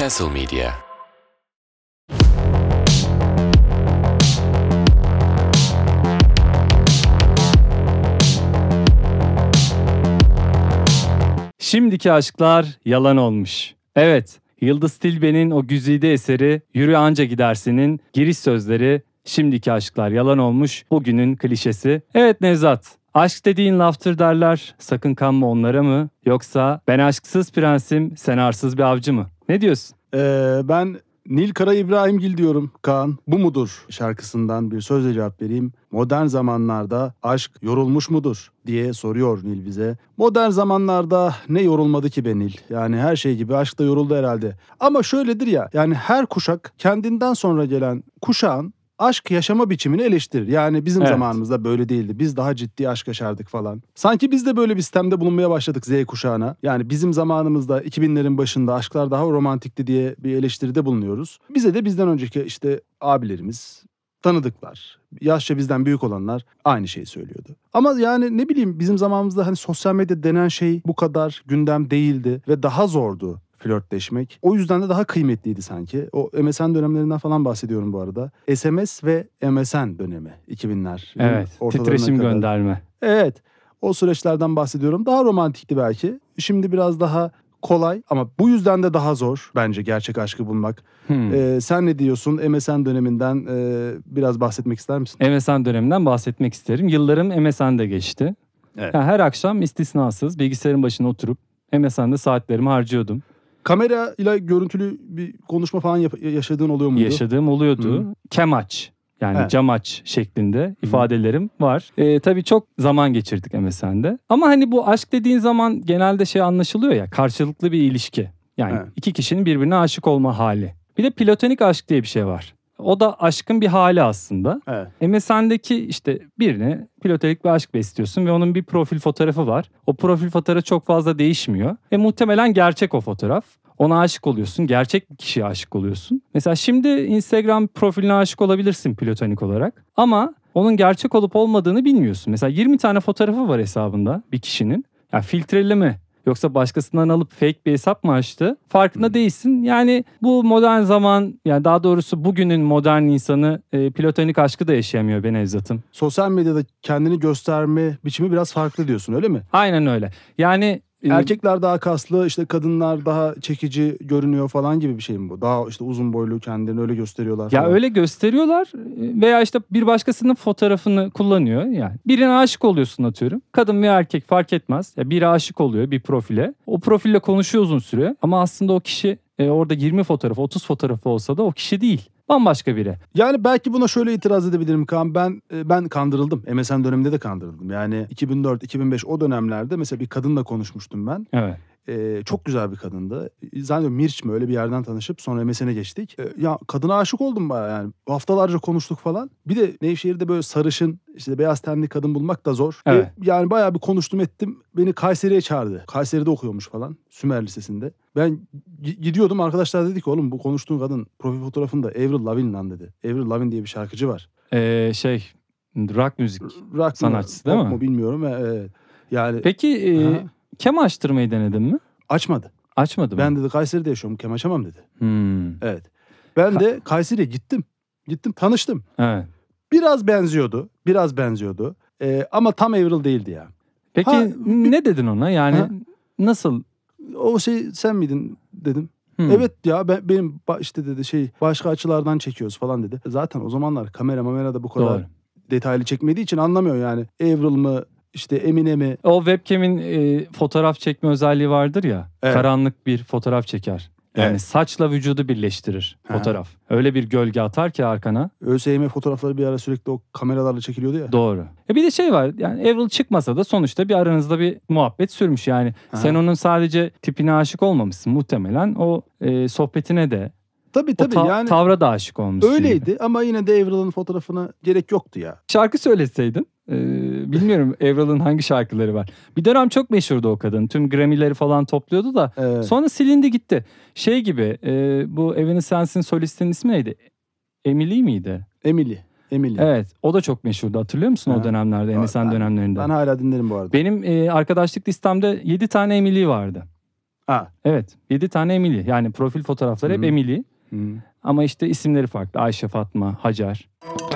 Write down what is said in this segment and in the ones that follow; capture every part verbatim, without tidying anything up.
Castle Media. Şimdiki aşklar yalan olmuş. Evet, Yıldız Tilbe'nin o güzide eseri Yürü Anca Gidersin'in giriş sözleri şimdiki aşklar yalan olmuş, bugünün klişesi. Evet Nevzat, aşk dediğin laftır derler, sakın kanma onlara mı? Yoksa ben aşksız prensim, sen arsız bir avcı mı? Ne diyorsun? Ee, ben Nil Kara İbrahimgil diyorum Kaan. Bu mudur şarkısından bir sözle cevap vereyim. Modern zamanlarda aşk yorulmuş mudur diye soruyor Nil bize. Modern zamanlarda ne yorulmadı ki be Nil? Yani her şey gibi aşk da yoruldu herhalde. Ama şöyledir ya, yani her kuşak kendinden sonra gelen kuşağın aşk yaşama biçimini eleştirir. Yani bizim Evet. zamanımızda böyle değildi. Biz daha ciddi aşk yaşardık falan. Sanki biz de böyle bir sistemde bulunmaya başladık Z kuşağına. Yani bizim zamanımızda iki binlerin başında aşklar daha romantikti diye bir eleştiride bulunuyoruz. Bize de bizden önceki işte abilerimiz, tanıdıklar, yaşça bizden büyük olanlar aynı şeyi söylüyordu. Ama yani ne bileyim, bizim zamanımızda hani sosyal medya denen şey bu kadar gündem değildi ve daha zordu flörtleşmek. O yüzden de daha kıymetliydi sanki. O M S N dönemlerinden falan bahsediyorum bu arada. S M S ve M S N dönemi iki binler. Evet, Ortalarına titreşim kadar. gönderme. Evet, o süreçlerden bahsediyorum. Daha romantikti belki. Şimdi biraz daha kolay ama bu yüzden de daha zor bence gerçek aşkı bulmak. Hmm. Ee, sen ne diyorsun? M S N döneminden e, biraz bahsetmek ister misin? M S N döneminden bahsetmek isterim. Yıllarım M S N'de geçti. Evet. Yani her akşam istisnasız bilgisayarın başına oturup M S N'de saatlerimi harcıyordum. Kamera ile görüntülü bir konuşma falan yap- yaşadığın oluyor muydu? Yaşadığım oluyordu. Hı. Cam aç, yani Evet. cam aç şeklinde ifadelerim var. Ee, tabii çok zaman geçirdik M S N'de. Ama hani bu aşk dediğin zaman genelde şey anlaşılıyor ya, karşılıklı bir ilişki. Yani Evet. iki kişinin birbirine aşık olma hali. Bir de platonik aşk diye bir şey var. O da aşkın bir hali aslında. Evet. M S N'deki işte birine platonik bir aşk besliyorsun ve onun bir profil fotoğrafı var. O profil fotoğrafı çok fazla değişmiyor. Ve muhtemelen gerçek o fotoğraf. Ona aşık oluyorsun. Gerçek bir kişiye aşık oluyorsun. Mesela şimdi Instagram profiline aşık olabilirsin platonik olarak. Ama onun gerçek olup olmadığını bilmiyorsun. Mesela yirmi tane fotoğrafı var hesabında bir kişinin. Ya filtreli mi? Yoksa başkasından alıp fake bir hesap mı açtı? Farkında değilsin. Yani bu modern zaman, yani daha doğrusu bugünün modern insanı e, platonik aşkı da yaşayamıyor be Nevzat'ım. Sosyal medyada kendini gösterme biçimi biraz farklı diyorsun, öyle mi? Aynen öyle. Yani e, Erkekler daha kaslı, işte kadınlar daha çekici görünüyor falan gibi bir şey mi bu? Daha işte uzun boylu, kendilerini öyle gösteriyorlar ya falan. öyle gösteriyorlar veya işte bir başkasının fotoğrafını kullanıyor yani. Birine aşık oluyorsun atıyorum. Kadın veya erkek fark etmez. Ya biri aşık oluyor bir profile. O profille konuşuyor uzun süre ama aslında o kişi e, orada yirmi fotoğrafı, otuz fotoğrafı olsa da o kişi değil. Bambaşka biri. Yani belki buna şöyle itiraz edebilirim Kaan. Ben e, ben kandırıldım. M S N döneminde de kandırıldım. Yani iki bin dört iki bin beş o dönemlerde mesela bir kadınla konuşmuştum ben. Evet. Ee, çok güzel bir kadındı. Zannediyorum Mirç mi, öyle bir yerden tanışıp sonra M S N'e geçtik. Ee, ya kadına aşık oldum bayağı yani. Haftalarca konuştuk falan. Bir de Nevşehir'de böyle sarışın, işte beyaz tenli kadın bulmak da zor. Evet. Ee, yani bayağı bir konuştum ettim. Beni Kayseri'ye çağırdı. Kayseri'de okuyormuş falan. Sümer Lisesi'nde. Ben g- gidiyordum, arkadaşlar dedi ki oğlum bu konuştuğun kadın profil fotoğrafında Avril Lavigne lan dedi. Avril Lavigne diye bir şarkıcı var. Ee, şey rock müzik Rock mı, sanatçısı değil pop mi? mu bilmiyorum. Ee, yani Peki e, Aha. kem açtırmayı denedin mi? açmadı. Açmadı mı? Ben dedi Kayseri'de yaşıyorum, kem açamam dedi. Hmm. Evet. Ben de Kayseri'ye gittim. Gittim, tanıştım. Evet. Biraz benziyordu. Biraz benziyordu. Ee, ama tam Avril değildi ya. Peki Ha, bir- ne dedin ona? Yani Ha? nasıl? O şey sen miydin dedim. Hmm. Evet ya, ben, benim ba- işte dedi şey başka açılardan çekiyoruz falan dedi. Zaten o zamanlar kamera mamera da bu kadar Doğru. detaylı çekmediği için anlamıyor yani. Avril mı işte Emine mi? O webcam'in e, fotoğraf çekme özelliği vardır ya. Evet. Karanlık bir fotoğraf çeker. Yani Evet. saçla vücudu birleştirir Aha. fotoğraf. Öyle bir gölge atar ki arkana. ÖSYM fotoğrafları bir ara sürekli o kameralarla çekiliyordu ya. Doğru. E bir de şey var. Yani Avril çıkmasa da sonuçta bir aranızda bir muhabbet sürmüş. Yani Aha. sen onun sadece tipine aşık olmamışsın muhtemelen. O e, sohbetine de, Tabii o tabii ta- yani tavra da aşık olmuşsun. gibi. öyleydi ama yine de Avril'in fotoğrafına gerek yoktu ya. Şarkı söyleseydin. e, bilmiyorum Avril'in hangi şarkıları var. Bir dönem çok meşhurdu o kadın. Tüm Grammy'leri falan topluyordu da. Evet. Sonra silindi gitti. Şey gibi e, bu Evanescence'in solistinin ismi neydi? Emily miydi? Emily. Emily. Evet, o da çok meşhurdu. Hatırlıyor musun Ha. o dönemlerde, M S N Ben- dönemlerinde? Ben hala dinlerim bu arada. Benim e, arkadaşlık listemde yedi tane Emily vardı. Ha. Evet. yedi tane Emily. Yani profil fotoğrafları hep Hı. Emily. Hı. Ama işte isimleri farklı. Ayşe, Fatma, Hacer.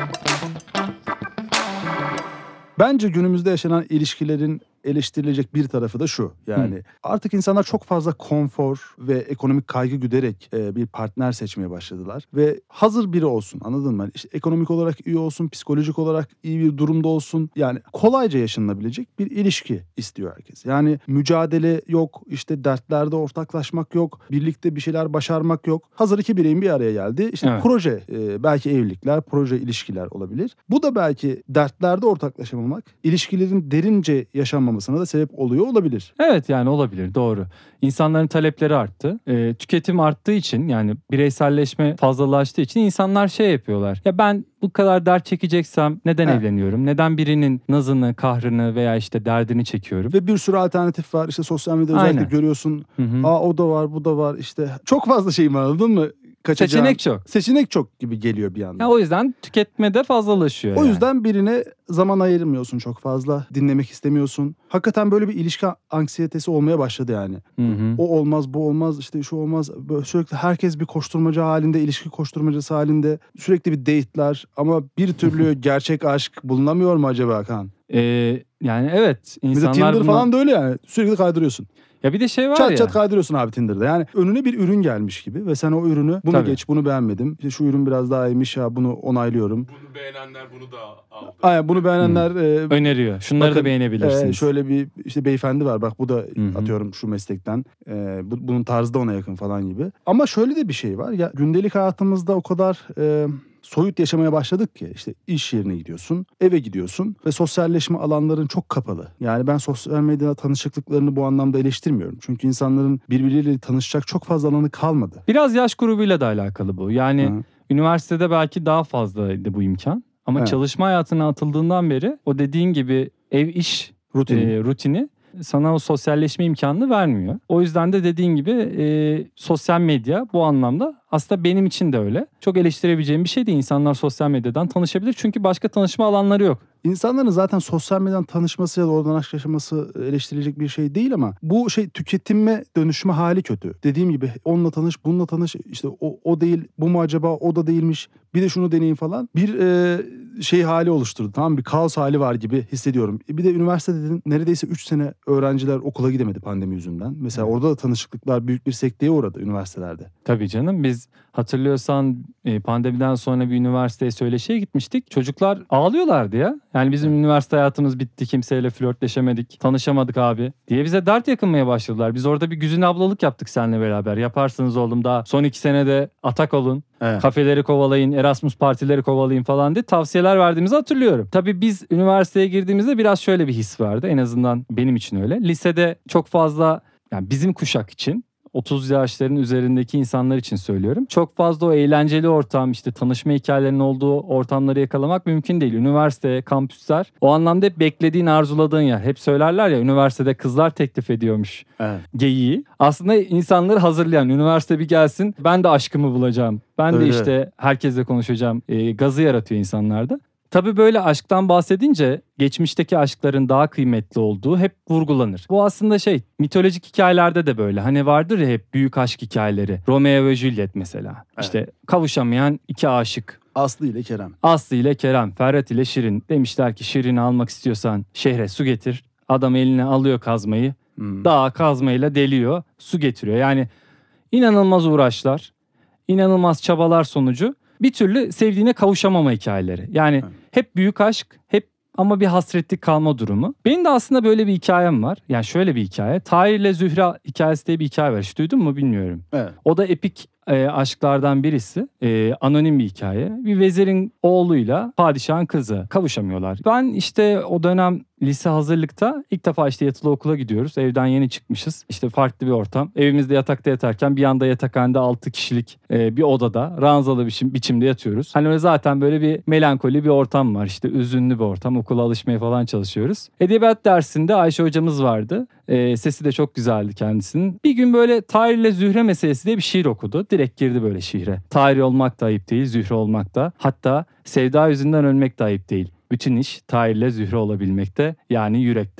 Bence günümüzde yaşanan ilişkilerin eleştirilecek bir tarafı da şu. Yani Hı. artık insanlar çok fazla konfor ve ekonomik kaygı güderek e, bir partner seçmeye başladılar. Ve hazır biri olsun, anladın mı? İşte ekonomik olarak iyi olsun, psikolojik olarak iyi bir durumda olsun. Yani kolayca yaşanılabilecek bir ilişki istiyor herkes. Yani mücadele yok, işte dertlerde ortaklaşmak yok, birlikte bir şeyler başarmak yok. Hazır iki bireyin bir araya geldi. İşte Evet. proje, e, belki evlilikler, proje ilişkiler olabilir. Bu da belki dertlerde ortaklaşamamak, ilişkilerin derince yaşanmaması da sebep oluyor olabilir. Evet, yani olabilir, doğru. İnsanların talepleri arttı. Ee, tüketim arttığı için, yani bireyselleşme fazlalaştığı için insanlar şey yapıyorlar. Ya ben bu kadar dert çekeceksem neden He. evleniyorum? Neden birinin nazını, kahrını veya işte derdini çekiyorum? Ve bir sürü alternatif var. İşte sosyal medyada özellikle Aynen. görüyorsun. Hı hı. Aa o da var, bu da var. İşte çok fazla şey var, anladın mı? Kaçacağın. Seçenek çok. Seçenek çok gibi geliyor bir yandan. Ya o yüzden tüketme de fazlalaşıyor. O yani. yüzden birine zaman ayırmıyorsun çok fazla. Dinlemek istemiyorsun. Hakikaten böyle bir ilişki anksiyetesi olmaya başladı yani. Hı hı. O olmaz, bu olmaz, işte şu olmaz. Böyle sürekli herkes bir koşturmaca halinde, ilişki koşturmacası halinde. Sürekli bir date'ler ama bir türlü gerçek aşk bulunamıyor mu acaba Kaan? Ee, yani evet, Bir de insanlar Tinder buna... falan da öyle yani. Sürekli kaydırıyorsun. Ya bir de şey var Çat ya. çat kaydırıyorsun abi Tinder'da. Yani önüne bir ürün gelmiş gibi ve sen o ürünü bunu Tabii. geç, bunu beğenmedim. İşte şu ürün biraz daha iyiymiş ya, bunu onaylıyorum. Bunu beğenenler bunu da aldı. Aynen, bunu beğenenler e, Öneriyor. Şunları bakın, da beğenebilirsiniz. e, şöyle bir işte beyefendi var, bak bu da hı. atıyorum şu meslekten. E, bu, bunun tarzı da ona yakın falan gibi. Ama şöyle de bir şey var. Ya gündelik hayatımızda o kadar e, soyut yaşamaya başladık ki, işte iş yerine gidiyorsun, eve gidiyorsun ve sosyalleşme alanların çok kapalı. Yani ben sosyal medya tanışıklıklarını bu anlamda eleştirmiyorum. Çünkü insanların birbirleriyle tanışacak çok fazla alanı kalmadı. Biraz yaş grubuyla da alakalı bu. Yani Hı. üniversitede belki daha fazlaydı bu imkan. Ama Evet. çalışma hayatına atıldığından beri o dediğin gibi ev iş Rutini. e, rutini sana o sosyalleşme imkanını vermiyor. O yüzden de dediğin gibi e, sosyal medya bu anlamda aslında benim için de öyle. Çok eleştirebileceğim bir şey değil. İnsanlar sosyal medyadan tanışabilir çünkü başka tanışma alanları yok. İnsanların zaten sosyal medyadan tanışması ya da oradan aşk yaşaması eleştirilecek bir şey değil ama bu şey tüketime dönüşme hali kötü. Dediğim gibi onunla tanış, bununla tanış, işte o, o değil, bu mu acaba, o da değilmiş, bir de şunu deneyin falan. Bir e, şey hali oluşturdu, tamam mı? Bir kaos hali var gibi hissediyorum. Bir de üniversitede dedin, neredeyse üç sene öğrenciler okula gidemedi pandemi yüzünden. Mesela Evet. orada da tanışıklıklar büyük bir sekteye uğradı üniversitelerde. Tabii canım, biz hatırlıyorsan e, pandemiden sonra bir üniversiteye söyleşiye gitmiştik. Çocuklar ağlıyorlardı ya. Yani bizim üniversite hayatımız bitti, kimseyle flörtleşemedik, tanışamadık abi diye bize dert yakınmaya başladılar. Biz orada bir güzin ablalık yaptık seninle beraber. Yaparsınız oğlum, daha son iki senede atak olun. Evet. Kafeleri kovalayın, Erasmus partileri kovalayın falan diye tavsiyeler verdiğimizi hatırlıyorum. Tabii biz üniversiteye girdiğimizde biraz şöyle bir his vardı. En azından benim için öyle. Lisede çok fazla, yani bizim kuşak için, otuz yaşların üzerindeki insanlar için söylüyorum, çok fazla o eğlenceli ortam, işte tanışma hikayelerinin olduğu ortamları yakalamak mümkün değil. Üniversite, kampüsler o anlamda hep beklediğin, arzuladığın yer. Hep söylerler ya, üniversitede kızlar teklif ediyormuş Evet. geyiği. Aslında insanları hazırlayan, üniversite bir gelsin ben de aşkımı bulacağım, ben de Öyle. işte herkesle konuşacağım e, gazı yaratıyor insanlarda. Tabii böyle aşktan bahsedince geçmişteki aşkların daha kıymetli olduğu hep vurgulanır. Bu aslında şey, mitolojik hikayelerde de böyle. Hani vardır ya hep büyük aşk hikayeleri. Romeo ve Juliet mesela. Evet. İşte kavuşamayan iki aşık. Aslı ile Kerem. Aslı ile Kerem, Ferhat ile Şirin. Demişler ki Şirin'i almak istiyorsan şehre su getir. Adam eline alıyor kazmayı. Hmm. Dağa kazmayla deliyor, su getiriyor. Yani inanılmaz uğraşlar, inanılmaz çabalar sonucu bir türlü sevdiğine kavuşamama hikayeleri. Yani Evet. hep büyük aşk, hep ama bir hasretlik kalma durumu. Benim de aslında böyle bir hikayem var. Yani şöyle bir hikaye. Tahir ile Zühre hikayesi diye bir hikaye var. Hiç duydun mu bilmiyorum. Evet. O da epik e, aşklardan birisi. E, anonim bir hikaye. Bir vezirin oğluyla padişahın kızı kavuşamıyorlar. Ben işte o dönem lise hazırlıkta ilk defa işte yatılı okula gidiyoruz. Evden yeni çıkmışız. İşte farklı bir ortam. Evimizde yatakta yatarken bir yanda yatakhanede altı kişilik e, bir odada ranzalı biçim, biçimde yatıyoruz. Hani öyle zaten böyle bir melankoli bir ortam var. İşte üzünlü bir ortam. Okula alışmaya falan çalışıyoruz. Edebiyat dersinde Ayşe hocamız vardı. E, sesi de çok güzeldi kendisinin. Bir gün böyle Tahir ile Zühre meselesi diye bir şiir okudu. Direkt girdi böyle şiire. Tahir olmak da ayıp değil, Zühre olmak da. Hatta sevda yüzünden ölmek de ayıp değil. Bütün iş Tahir'le Zühre olabilmekte, yani yürekte.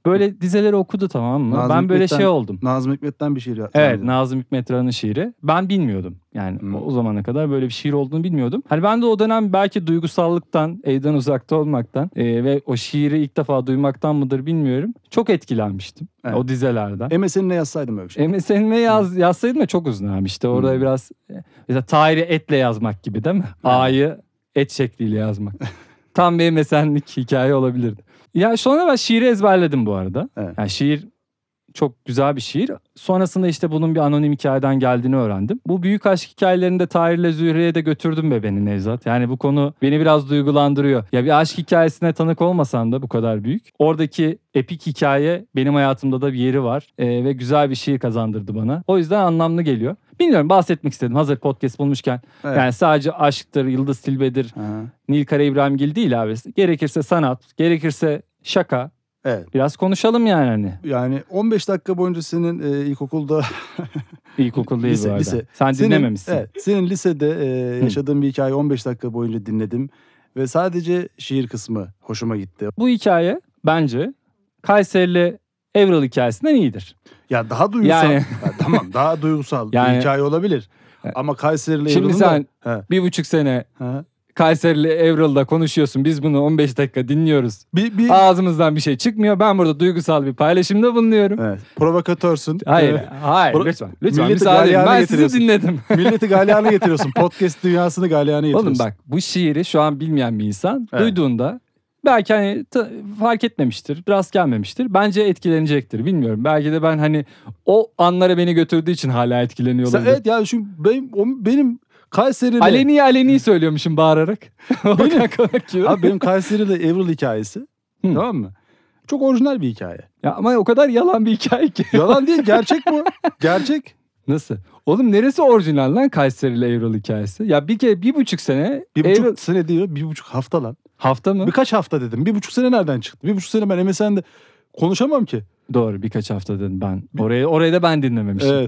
Böyle dizeleri okudu, tamam mı? Nazım ben böyle Hikmet'ten- şey oldum. Nazım Hikmet'ten bir şiir ya- Evet, zannediyorum. Nazım Hikmet Ran'ın şiiri. Ben bilmiyordum. Yani Hmm. o, o zamana kadar böyle bir şiir olduğunu bilmiyordum. Hani ben de o dönem belki duygusallıktan, evden uzakta olmaktan e, ve o şiiri ilk defa duymaktan mıdır bilmiyorum. Çok etkilenmiştim Evet. o dizelerden. M S N'ine yazsaydım öyle bir şey. M S N'ime yaz, yazsaydım da çok uzun abi. İşte orada Hmm. biraz e, mesela Tahir'i etle yazmak gibi değil mi? A'yı et şekliyle yazmak. Tam bir M S N'lik hikaye olabilirdi. Ya sonra ben şiiri ezberledim bu arada. Evet. Yani şiir çok güzel bir şiir. Sonrasında işte bunun bir anonim hikayeden geldiğini öğrendim. Bu büyük aşk hikayelerini de Tahir'le Zühre'ye de götürdüm be beni Nevzat. Yani bu konu beni biraz duygulandırıyor. Ya bir aşk hikayesine tanık olmasam da bu kadar büyük. Oradaki epik hikaye benim hayatımda da bir yeri var. Ee, ve güzel bir şiir kazandırdı bana. O yüzden anlamlı geliyor. Bilmiyorum, bahsetmek istedim hazır podcast bulmuşken. Evet. Yani sadece aşktır, Yıldız Tilbe'dir, Aha. Nilkara İbrahimgil değil abi. Gerekirse sanat, gerekirse şaka. Evet. Biraz konuşalım yani hani. Yani on beş dakika boyunca senin e, ilkokulda İlkokul değil Lise, bu arada. lise. Sen senin, dinlememişsin. Evet, senin lisede e, yaşadığın bir hikaye on beş dakika boyunca dinledim ve sadece şiir kısmı hoşuma gitti. Bu hikaye bence Kayserili Evral hikayesinden iyidir. Ya daha duygusal. Yani- Ya tamam, daha duygusal Yani- bir hikaye olabilir. Ama Kayserili Şimdi Evral'ın sen da... He, bir buçuk sene he. Kayserili Evral'da konuşuyorsun. Biz bunu on beş dakika dinliyoruz. Bir, bir, Ağzımızdan bir şey çıkmıyor. Ben burada duygusal bir paylaşımda bulunuyorum. evet, provokatörsün. Hayır, Evet. hayır Pro- lütfen. Lütfen milleti müsaade edin. galyana Ben sizi getiriyorsun. dinledim. Milleti galyana getiriyorsun. Podcast dünyasını galyana getiriyorsun. Oğlum bak, bu şiiri şu an bilmeyen bir insan Evet. duyduğunda belki hani ta- fark etmemiştir, rast gelmemiştir. Bence etkilenecektir. Bilmiyorum. Belki de ben hani o anlara beni götürdüğü için hala etkileniyor Sen, olabilir. evet ya şu benim, o- benim Kayserili... Aleni aleni söylüyormuşum bağırarak. Benim... gibi. Abi benim Kayserili Evral hikayesi. Hı. Tamam mı? Çok orijinal bir hikaye. Ya ama o kadar yalan bir hikaye ki. Yalan değil, gerçek bu. Gerçek. Nasıl? Oğlum neresi orijinal lan Kayserili Evral hikayesi? Ya bir kere bir buçuk sene Bir buçuk Evral- sene değil, bir buçuk hafta lan. hafta mı? Birkaç hafta dedim. Bir buçuk sene nereden çıktı? Bir buçuk sene ben M S N'de konuşamam ki. Doğru, birkaç hafta dedim ben. Orayı orayı da ben dinlememişim. Evet.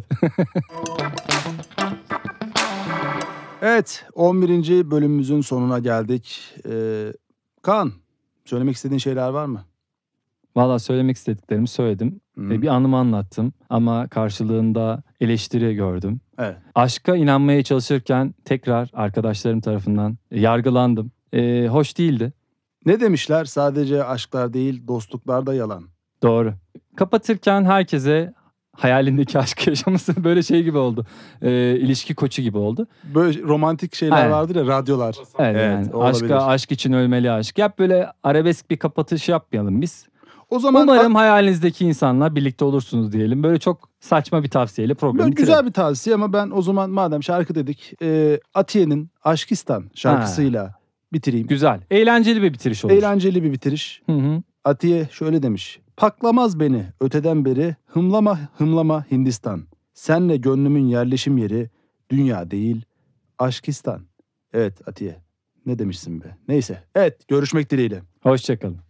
Evet, on birinci bölümümüzün sonuna geldik. Ee, Kaan, söylemek istediğin şeyler var mı? Valla söylemek istediklerimi söyledim. Hı. E, bir anımı anlattım ama karşılığında eleştiri gördüm. Evet. Aşka inanmaya çalışırken tekrar arkadaşlarım tarafından yargılandım. E, hoş değildi. Ne demişler? Sadece aşklar değil, dostluklar da yalan. Doğru. Kapatırken herkese hayalindeki aşk yaşaması böyle şey gibi oldu. E, ilişki koçu gibi oldu. Böyle romantik şeyler Aynen. vardır ya, radyolar. Evet, Evet, yani o olabilir. aşka, aşk için ölmeli aşk. Yap böyle arabesk bir kapatış yapmayalım biz. O zaman Umarım hayalinizdeki insanla birlikte olursunuz diyelim. Böyle çok saçma bir tavsiyeyle programı böyle bitirelim. güzel bir tavsiye ama ben o zaman madem şarkı dedik, e, Atiye'nin Aşkistan şarkısıyla bitireyim. Güzel. Eğlenceli bir bitiriş olur. Eğlenceli bir bitiriş. Hı hı. Atiye şöyle demiş. Paklamaz beni öteden beri, hımlama hımlama Hindistan. Senle gönlümün yerleşim yeri, dünya değil, Aşkistan. Evet Atiye, ne demişsin be? Neyse, evet, görüşmek dileğiyle. Hoşçakalın.